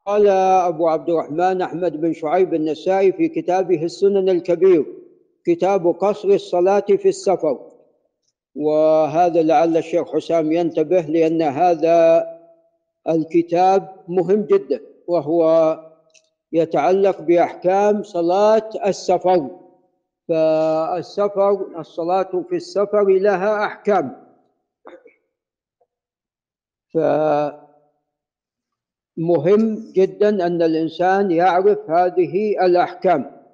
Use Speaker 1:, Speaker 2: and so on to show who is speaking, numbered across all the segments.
Speaker 1: قال أبو عبد الرحمن أحمد بن شعيب النسائي في كتابه السنن الكبير: كتاب قصر الصلاة في السفر. وهذا لعل الشيخ حسام ينتبه، لأن هذا الكتاب مهم جدا، وهو يتعلق بأحكام صلاة السفر. فالسفر، الصلاة في السفر لها أحكام، فمهم جدا أن الإنسان يعرف هذه الأحكام.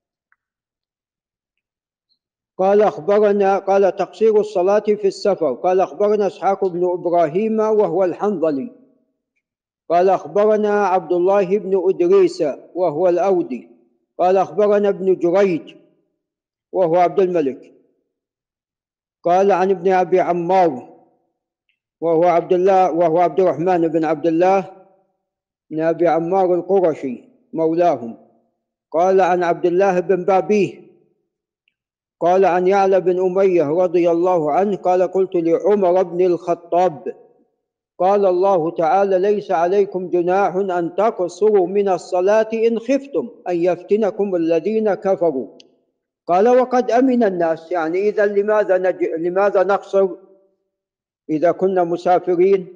Speaker 1: قال تقصير الصلاة في السفر. قال أخبرنا إسحاق بن إبراهيم وهو الحنظلي قال أخبرنا عبد الله بن إدريس وهو الأودي قال أخبرنا ابن جريج وهو عبد الملك قال عن ابن أبي عمار وهو عبد الرحمن بن عبد الله بن أبي عمار القرشي مولاهم. قال عن عبد الله بن بابيه قال عن يعلى بن أمية رضي الله عنه قال قلت لعمر بن الخطاب: قال الله تعالى: ليس عليكم جناح أن تقصروا من الصلاة إن خفتم أن يفتنكم الذين كفروا. قال: وقد أمن الناس. يعني إذا لماذا نقصر إذا كنا مسافرين؟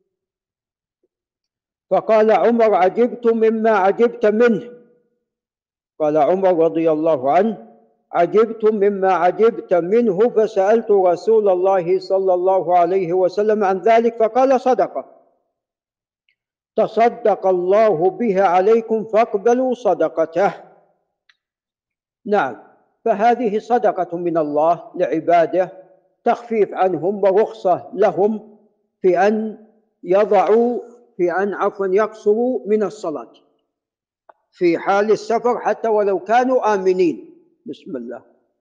Speaker 1: فقال عمر: عجبت مما عجبت منه. قال عمر رضي الله عنه: عجبت مما عجبت منه، فسألت رسول الله صلى الله عليه وسلم عن ذلك فقال: صدقة تصدق الله بها عليكم فاقبلوا صدقته. نعم، فهذه صدقة من الله لعباده، تخفيف عنهم ورخصة لهم في أن يقصروا من الصلاة في حال السفر حتى ولو كانوا آمنين. بسم الله.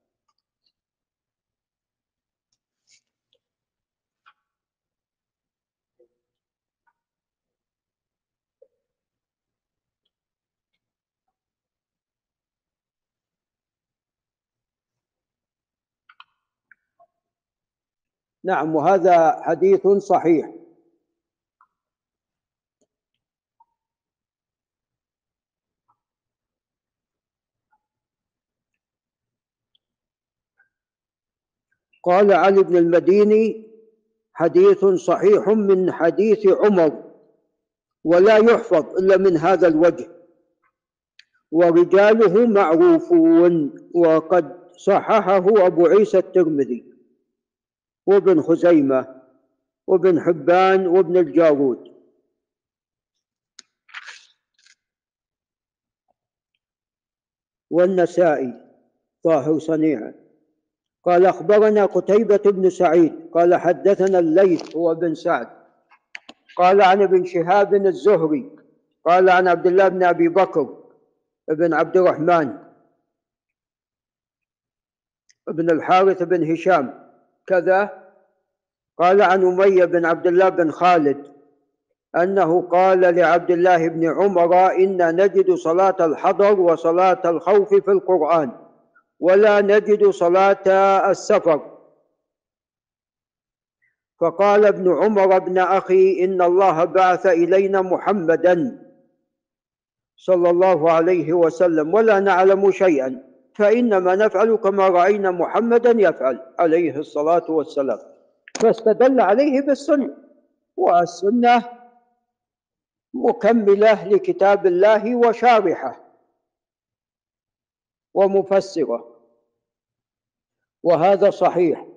Speaker 1: نعم، وهذا حديث صحيح. قال علي بن المديني: حديث صحيح من حديث عمر، ولا يحفظ إلا من هذا الوجه، ورجاله معروفون، وقد صححه أبو عيسى الترمذي وابن خزيمة وابن حبان وابن الجارود. والنسائي طاهر صنيعه. قال أخبرنا قتيبة بن سعيد قال حدثنا الليث هو بن سعد قال عن ابن شهاب الزهري قال عن عبد الله بن أبي بكر بن عبد الرحمن بن الحارث بن هشام كذا. قال عن أمية بن عبد الله بن خالد أنه قال لعبد الله بن عمر: إنا نجد صلاة الحضر وصلاة الخوف في القرآن، ولا نجد صلاة السفر. فقال ابن عمر: ابن أخي، إن الله بعث إلينا محمدا صلى الله عليه وسلم ولا نعلم شيئا، فإنما نفعل كما رأينا محمدا يفعل عليه الصلاة والسلام. فاستدل عليه بالسنة، والسنة مكملة لكتاب الله وشارحة ومفسرة، وهذا صحيح.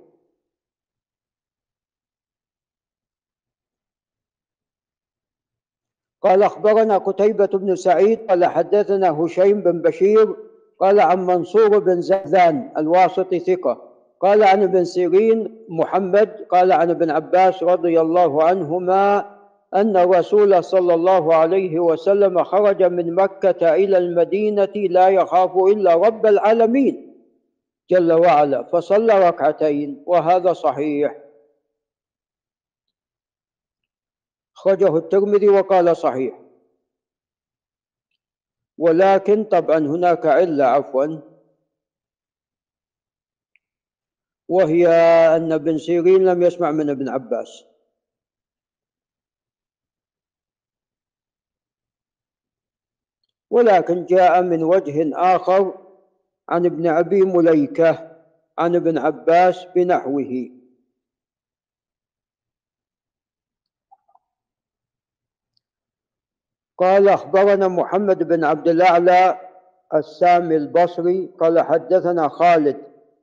Speaker 1: قال أخبرنا قتيبة بن سعيد قال حدثنا هشيم بن بشير قال عن منصور بن زهذان الواسطي ثقة قال عن ابن سيرين محمد قال عن ابن عباس رضي الله عنهما أن الرسول صلى الله عليه وسلم خرج من مكة إلى المدينة لا يخاف إلا رب العالمين جل وعلا، فصلى ركعتين، وهذا صحيح. أخرجه الترمذي وقال صحيح. ولكن طبعا هناك علة وهي أن ابن سيرين لم يسمع من ابن عباس. ولكن جاء من وجه آخر عن ابن أبي مليكة عن ابن عباس بنحوه. قال أخبرنا محمد بن عبد الأعلى السامي البصري قال حدثنا خالد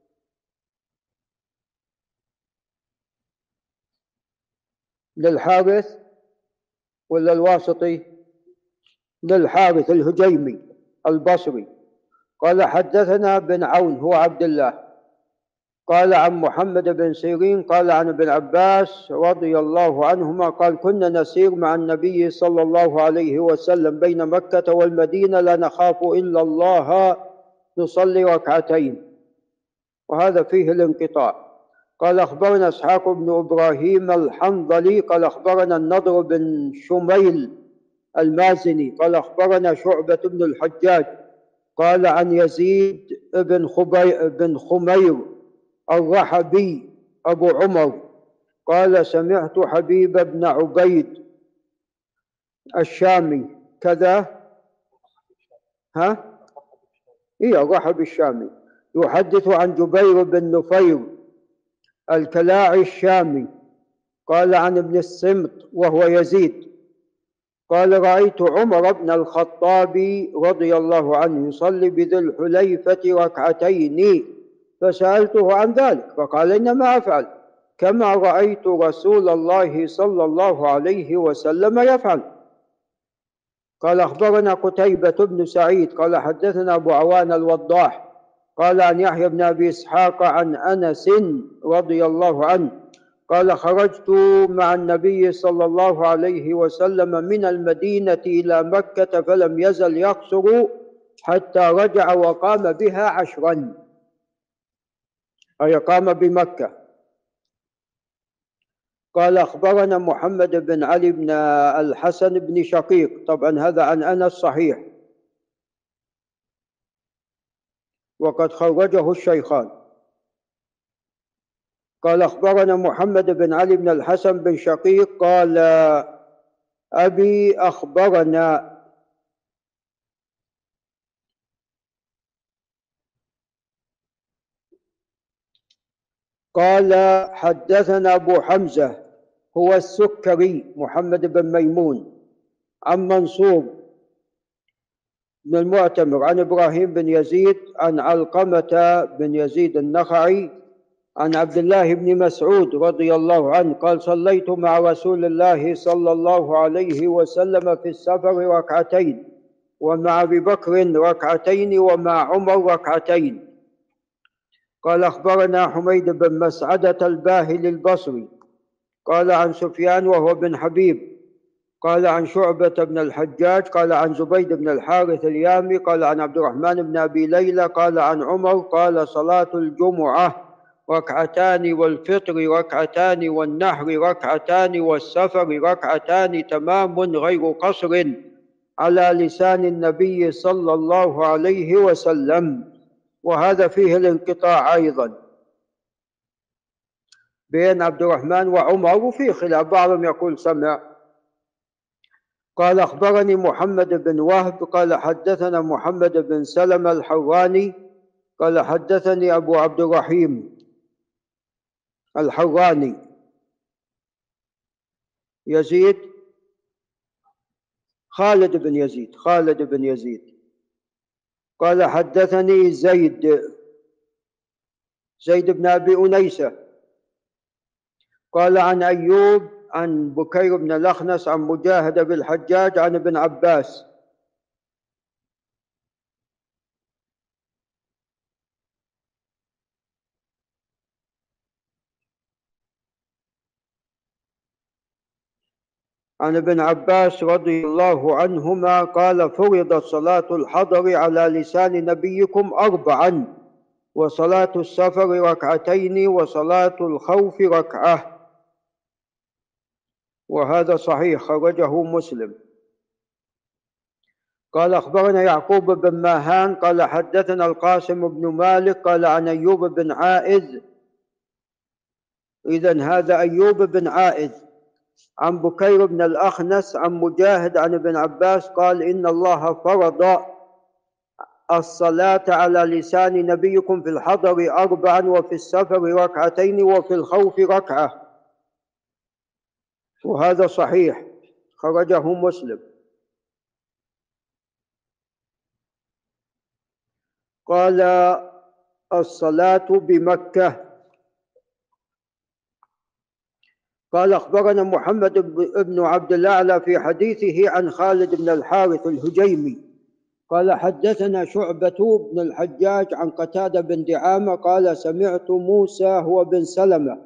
Speaker 1: للحارث ولا الواسطي؟ للحارث الهجيمي البصري قال حدثنا بن عون هو عبد الله قال عن محمد بن سيرين قال عن ابن عباس رضي الله عنهما قال كنا نسير مع النبي صلى الله عليه وسلم بين مكة والمدينة لا نخاف إلا الله نصلي ركعتين، وهذا فيه الانقطاع. قال أخبرنا إسحاق بن إبراهيم الحنظلي قال أخبرنا النضر بن شميل المازني قال أخبرنا شعبة بن الحجاج قال عن يزيد بن خمير الرحبي أبو عمر قال سمعت حبيب بن عبيد الشامي كذا الرحب الشامي يحدث عن جبير بن نفير الكلاعي الشامي قال عن ابن السمط وهو يزيد قال رأيت عمر بن الخطاب رضي الله عنه يصلي بذي الحليفة ركعتين فسألته عن ذلك فقال إنما أفعل كما رأيت رسول الله صلى الله عليه وسلم يفعل. قال أخبرنا قتيبة بن سعيد قال حدثنا أبو عوان الوضاح قال عن يحيى بن أبي إسحاق عن أنس رضي الله عنه قال خرجت مع النبي صلى الله عليه وسلم من المدينة إلى مكة فلم يزل يقصر حتى رجع وقام بها 10، أي قام بمكة. قال أخبرنا محمد بن علي بن الحسن بن شقيق طبعا هذا عن أنس صحيح وقد خرجه الشيخان. قال أخبرنا محمد بن علي بن الحسن بن شقيق قال أبي أخبرنا قال حدثنا أبو حمزة هو السكري محمد بن ميمون عن منصور بن المعتمر عن إبراهيم بن يزيد عن علقمة بن يزيد النخعي عن عبد الله بن مسعود رضي الله عنه قال صليت مع رسول الله صلى الله عليه وسلم في السفر ركعتين ومع أبي بكر ركعتين ومع عمر ركعتين. قال أخبرنا حميد بن مسعدة الباهلي البصري قال عن سفيان وهو بن حبيب قال عن شعبة بن الحجاج قال عن زبيد بن الحارث اليامي قال عن عبد الرحمن بن أبي ليلى قال عن عمر قال صلاة الجمعة ركعتان والفطر ركعتان والنحر ركعتان والسفر ركعتان تمام غير قصر على لسان النبي صلى الله عليه وسلم، وهذا فيه الانقطاع أيضا بين عبد الرحمن وعمر وفي خلاف بعضهم يقول سمع. قال أخبرني محمد بن وهب قال حدثنا محمد بن سلمة الحراني قال حدثني أبو عبد الرحيم الحراني يزيد خالد بن يزيد قال حدثني زيد بن أبي أنيسة قال عن أيوب عن بكير بن الأخنس عن مجاهد بن الحجاج عن ابن عباس رضي الله عنهما قال فرضت صلاة الحضر على لسان نبيكم 4 وصلاة السفر ركعتين وصلاة الخوف ركعة، وهذا صحيح خرجه مسلم. قال أخبرنا يعقوب بن ماهان قال حدثنا القاسم بن مالك قال عن أيوب بن عائذ، إذن هذا أيوب بن عائذ عن بكير بن الأخنس عن مجاهد عن ابن عباس قال إن الله فرض الصلاة على لسان نبيكم في الحضر 4 وفي السفر 2 وفي الخوف 1. وهذا صحيح، خرجه مسلم. قال الصلاة بمكة. قال أخبرنا محمد بن عبد الله في حديثه عن خالد بن الحارث الهجيمي قال حدثنا شعبة بن الحجاج عن قتادة بن دعامة قال سمعت موسى هو بن سلمة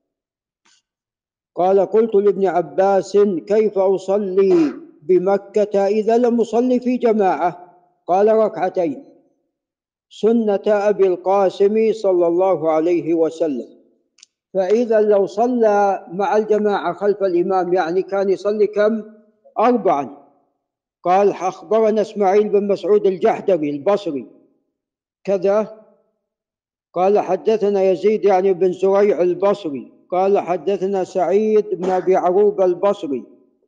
Speaker 1: قال قلت لابن عباس كيف أصلي بمكة إذا لم أصلي في جماعة؟ قال 2 سنة أبي القاسم صلى الله عليه وسلم. فإذا لو صلى مع الجماعة خلف الإمام يعني كان يصلي كم؟ 4. قال أخبرنا إسماعيل بن مسعود الجحدري البصري كذا قال حدثنا يزيد يعني بن زريع البصري قال حدثنا سعيد بن أبي عروبة البصري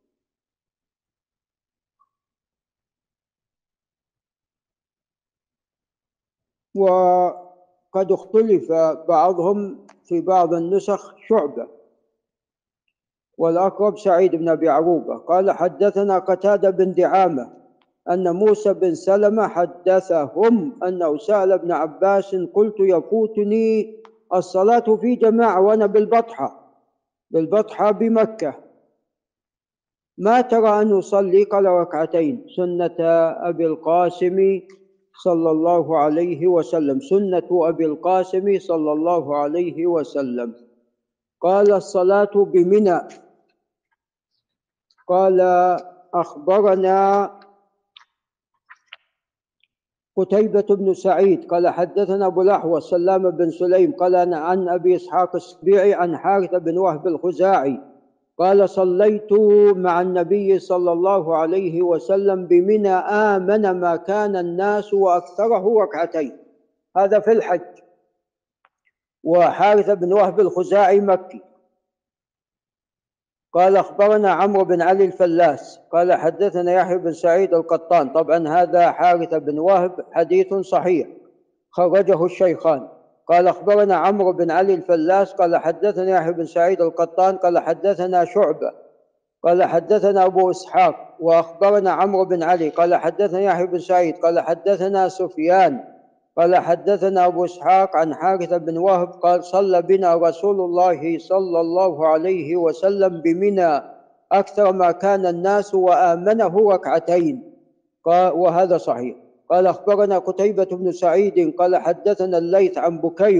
Speaker 1: وقد اختلف بعضهم في بعض النسخ شعبة والأقرب سعيد بن أبي عروبة. قال حدثنا قتادة بن دعامة أن موسى بن سلمة حدثهم أنه سأل ابن عباس قلت يفوتني الصلاة في جماعة وأنا بالبطحة بمكة ما ترى أن أصلي؟ قال 2 سنة أبي القاسم صلى الله عليه وسلم سنة أبي القاسم صلى الله عليه وسلم. قال الصلاة بمنى. قال أخبرنا قتيبة بن سعيد قال حدثنا أبو الأحوص سلام بن سليم قال عن أبي إسحاق السبيعي عن حارثة بن وهب الخزاعي قال صليت مع النبي صلى الله عليه وسلم بمنى آمن ما كان الناس وأكثره 2. هذا في الحج. وحارثة بن وهب الخزاعي مكي. قال أخبرنا عمرو بن علي الفلاس قال حدثنا يحيى بن سعيد القطان. طبعا هذا حارثة بن وهب حديث صحيح خرجه الشيخان. قال أخبرنا عمرو بن علي الفلاس قال حدثنا يحيى بن سعيد القطان قال حدثنا شعبة قال حدثنا أبو إسحاق وأخبرنا عمرو بن علي قال حدثنا يحيى بن سعيد قال حدثنا سفيان قال حدثنا أبو إسحاق عن حارثة بن وهب قال صلى بنا رسول الله صلى الله عليه وسلم بمنى أكثر ما كان الناس وآمنه 2. قال وهذا صحيح. قال أخبرنا قتيبة بن سعيد قال حدثنا الليث عن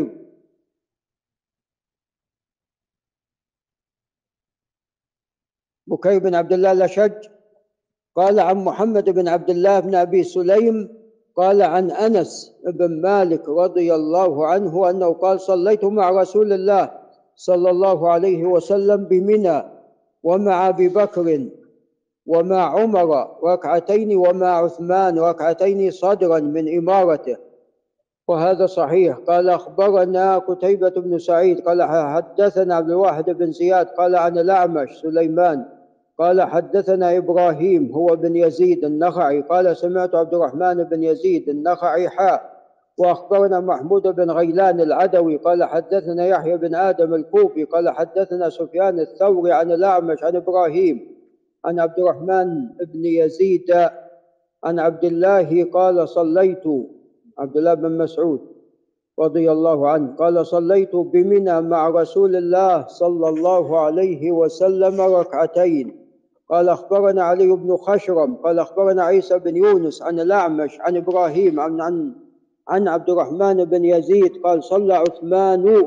Speaker 1: بكير بن عبد الله الأشج قال عن محمد بن عبد الله بن أبي سليم قال عن أنس بن مالك رضي الله عنه أنه قال صليت مع رسول الله صلى الله عليه وسلم بمنى ومع أبي بكر ومع عمر 2 ومع عثمان 2 صدرا من إمارته. وهذا صحيح. قال أخبرنا قتيبة بن سعيد قال حدثنا عبد الواحد بن زياد قال عن الأعمش سليمان قال حدثنا إبراهيم هو بن يزيد النخعي قال سمعت عبد الرحمن بن يزيد النخعي وأخبرنا محمود بن غيلان العدوي قال حدثنا يحيى بن آدم الكوفي قال حدثنا سفيان الثوري عن الأعمش عن إبراهيم عن عبد الرحمن بن يزيد عن عبد الله قال صليت عبد الله بن مسعود رضي الله عنه قال صليت بمنى مع رسول الله صلى الله عليه وسلم 2. قال أخبرنا علي بن خشرم قال أخبرنا عيسى بن يونس عن الأعمش عن إبراهيم عن عبد الرحمن بن يزيد قال صلى عثمان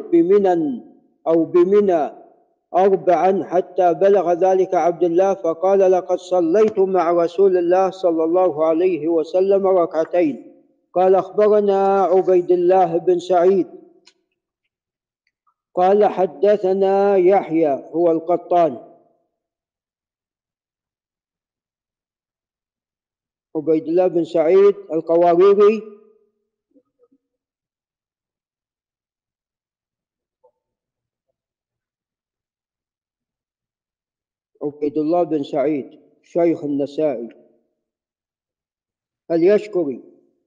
Speaker 1: بمنى 4 حتى بلغ ذلك عبد الله فقال لقد صليت مع رسول الله صلى الله عليه وسلم 2. قال أخبرنا عبيد الله بن سعيد قال حدثنا يحيى هو القطان عبيد الله بن سعيد القواريري عبيد الله بن سعيد شيخ النسائي اليشكري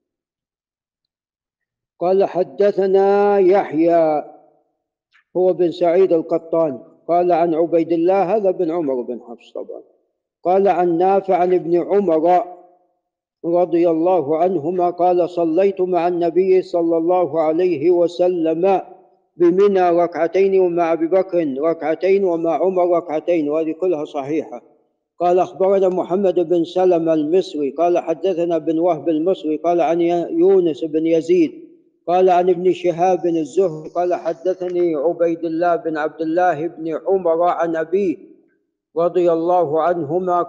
Speaker 1: قال حدثنا يحيى هو بن سعيد القطان قال عن عبيد الله هذا بن عمر بن حفص طبعا قال عن نافع عن ابن عمر رضي الله عنهما قال صليت مع النبي صلى الله عليه وسلم بمنى ركعتين ومع أبي بكر ركعتين ومع عمر ركعتين، وهذه كلها صحيحة. قال أخبرنا محمد بن سلمة المصري قال حدثنا بن وهب المصري قال عن يونس بن يزيد قال عن ابن شهاب الزهري قال حدثني عبيد الله بن عبد الله بن عمر عن أبيه رضي الله عنهما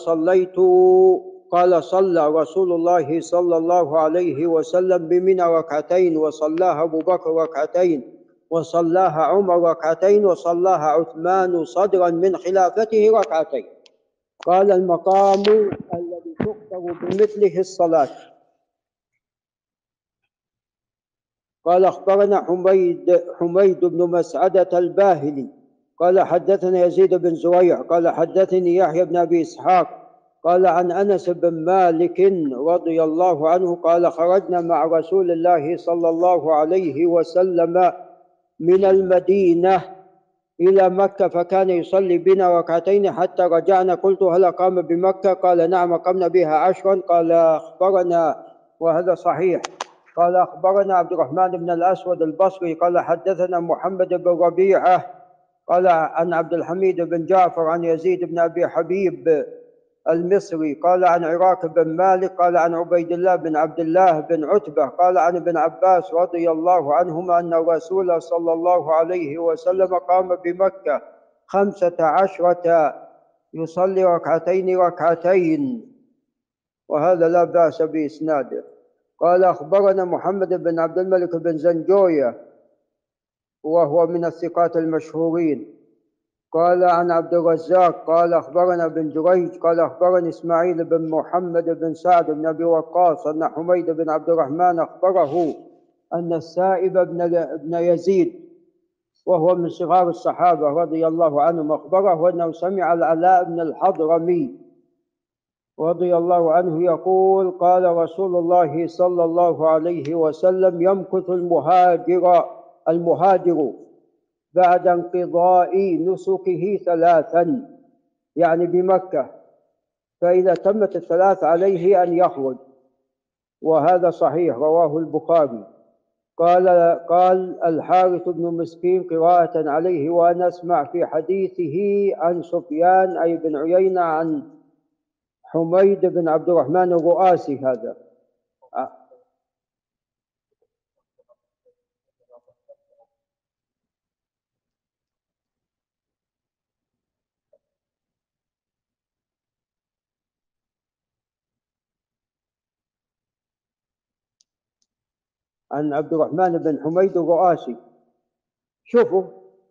Speaker 1: قال صلى رسول الله صلى الله عليه وسلم بمنى ركعتين وصلاها أبو بكر ركعتين وصلاها عمر ركعتين وصلاها عثمان صدرا من خلافته ركعتين. قال المقام الذي تقدر بمثله الصلاة. قال أخبرنا حميد بن مسعدة الباهلي قال حدثنا يزيد بن زريع قال حدثني يحيى بن أبي إسحاق قال عن أنس بن مالك رضي الله عنه قال خرجنا مع رسول الله صلى الله عليه وسلم من المدينة إلى مكة فكان يصلي بنا ركعتين حتى رجعنا. قلت هل أقام بمكة؟ قال نعم أقمنا بها 10. قال أخبرنا وهذا صحيح قال أخبرنا عبد الرحمن بن الأسود البصري قال حدثنا محمد بن ربيعة قال عن عبد الحميد بن جعفر عن يزيد بن أبي حبيب المصري قال عن عراك بن مالك قال عن عبيد الله بن عبد الله بن عتبة قال عن ابن عباس رضي الله عنهما أن الرسول صلى الله عليه وسلم قام بمكة 15 يصلي ركعتين ركعتين، وهذا لا بأس بإسناده. قال أخبرنا محمد بن عبد الملك بن زنجوية وهو من الثقات المشهورين قال عن عبد الرزاق قال أخبرنا بن جريج قال أخبرني إسماعيل بن محمد بن سعد بن أبي وقاص أن حميد بن عبد الرحمن أخبره أن السائب بن يزيد وهو من صغار الصحابة رضي الله عنهم أخبره أنه سمع العلاء بن الحضرمي رضي الله عنه يقول قال رسول الله صلى الله عليه وسلم يمكث المهاجر بعد انقضاء نسكه 3 يعني بمكة، فإذا تمت 3 عليه أن يخرج، وهذا صحيح رواه البخاري. قال الحارث بن مسكين قراءة عليه وأنا أسمع في حديثه عن سفيان أي بن عيينة عن حميد بن عبد الرحمن الرؤاسي هذا عن عبد الرحمن بن حميد الرؤاسي. شوفوا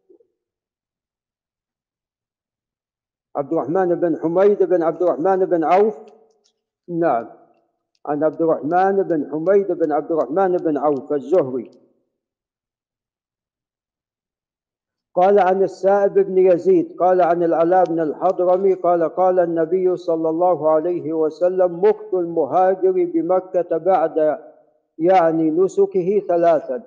Speaker 1: عبد الرحمن بن حميد بن عبد الرحمن بن عوف، نعم عن عبد الرحمن بن حميد بن عبد الرحمن بن عوف الزهري. قال عن السائب بن يزيد قال عن العلاء بن الحضرمي قال النبي صلى الله عليه وسلم مكث المهاجر بمكة بعد يعني نسكه 3،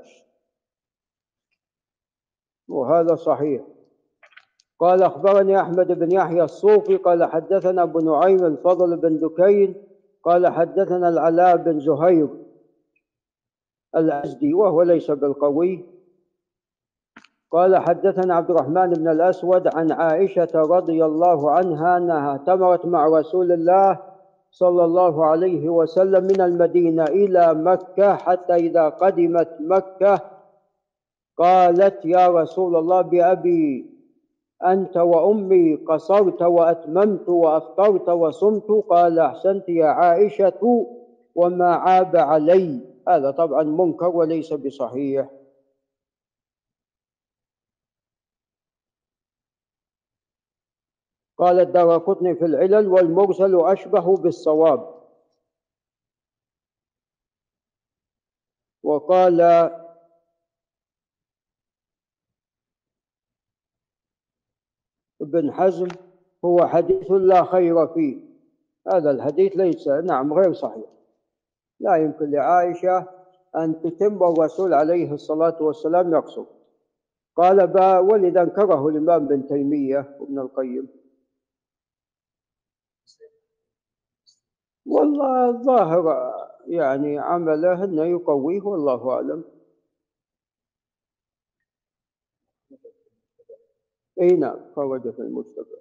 Speaker 1: وهذا صحيح. قال أخبرني أحمد بن يحيى الصوفي قال حدثنا أبو نعيم الفضل بن دكين قال حدثنا العلاء بن زهير الأزدي وهو ليس بالقوي قال حدثنا عبد الرحمن بن الأسود عن عائشة رضي الله عنها أنها اعتمرت مع رسول الله صلى الله عليه وسلم من المدينة إلى مكة حتى إذا قدمت مكة قالت يا رسول الله بأبي أنت وأمي قصرت وأتممت وأفطرت وصمت؟ قال أحسنت يا عائشة وما عاب علي. هذا طبعا منكر وليس بصحيح. قال الدارقطني في العلل والمرسل أشبه بالصواب. وقال ابن حزم هو حديث لا خير فيه. هذا الحديث ليس، نعم، غير صحيح. لا يمكن لعائشة أن تتم الرسول عليه الصلاة والسلام يقصر. قال ولذا انكره الإمام ابن تيمية وابن القيم. والله الظاهر يعني عمله أنه يقويه، والله أعلم. أي نعم، خرج في المجتمع.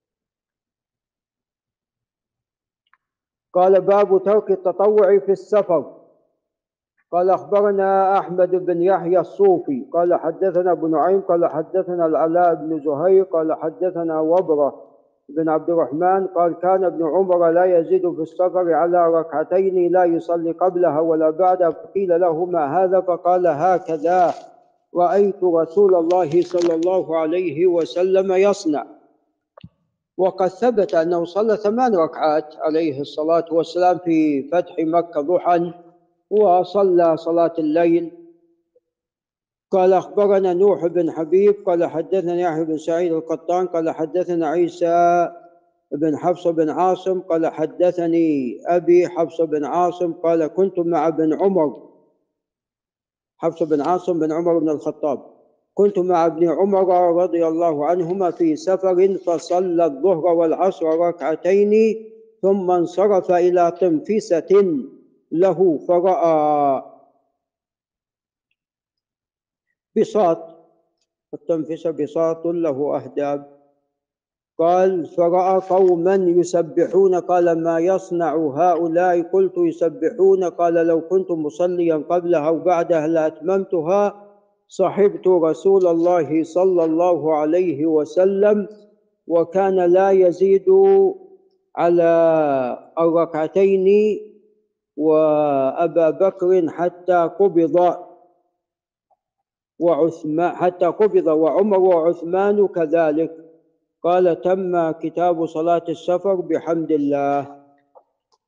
Speaker 1: قال باب ترك التطوع في السفر. قال أخبرنا أحمد بن يحيى الصوفي قال حدثنا ابن نعيم قال حدثنا العلاء بن زهير قال حدثنا وبرة بن عبد الرحمن قال كان ابن عمر لا يزيد في السفر على ركعتين لا يصلي قبلها ولا بعدها، فقيل له ما هذا؟ فقال هكذا رأيت رسول الله صلى الله عليه وسلم يصنع. وقد ثبت أنه صلى 8 ركعات عليه الصلاة والسلام في فتح مكة ضحى، وصلى صلاة الليل. قال أخبرنا نوح بن حبيب قال حدثنا يحيى بن سعيد القطان قال حدثنا عيسى بن حفص بن عاصم قال حدثني أبي حفص بن عاصم قال كنت مع ابن عمر، حفص بن عاصم بن عمر بن الخطاب، كنت مع ابن عمر رضي الله عنهما في سفر فصلى الظهر والعصر ركعتين ثم انصرف إلى تنفسة له فرأى بساط، التنفسة بساط له أهداب. قال فرأى قوما يسبحون قال ما يصنع هؤلاء؟ قلت يسبحون قال لو كنت مصليا قبلها وبعدها لأتممتها. صحبت رسول الله صلى الله عليه وسلم وكان لا يزيد على الركعتين وأبا بكر حتى قبض وعمر وعثمان كذلك. قال تم كتاب صلاة السفر بحمد الله.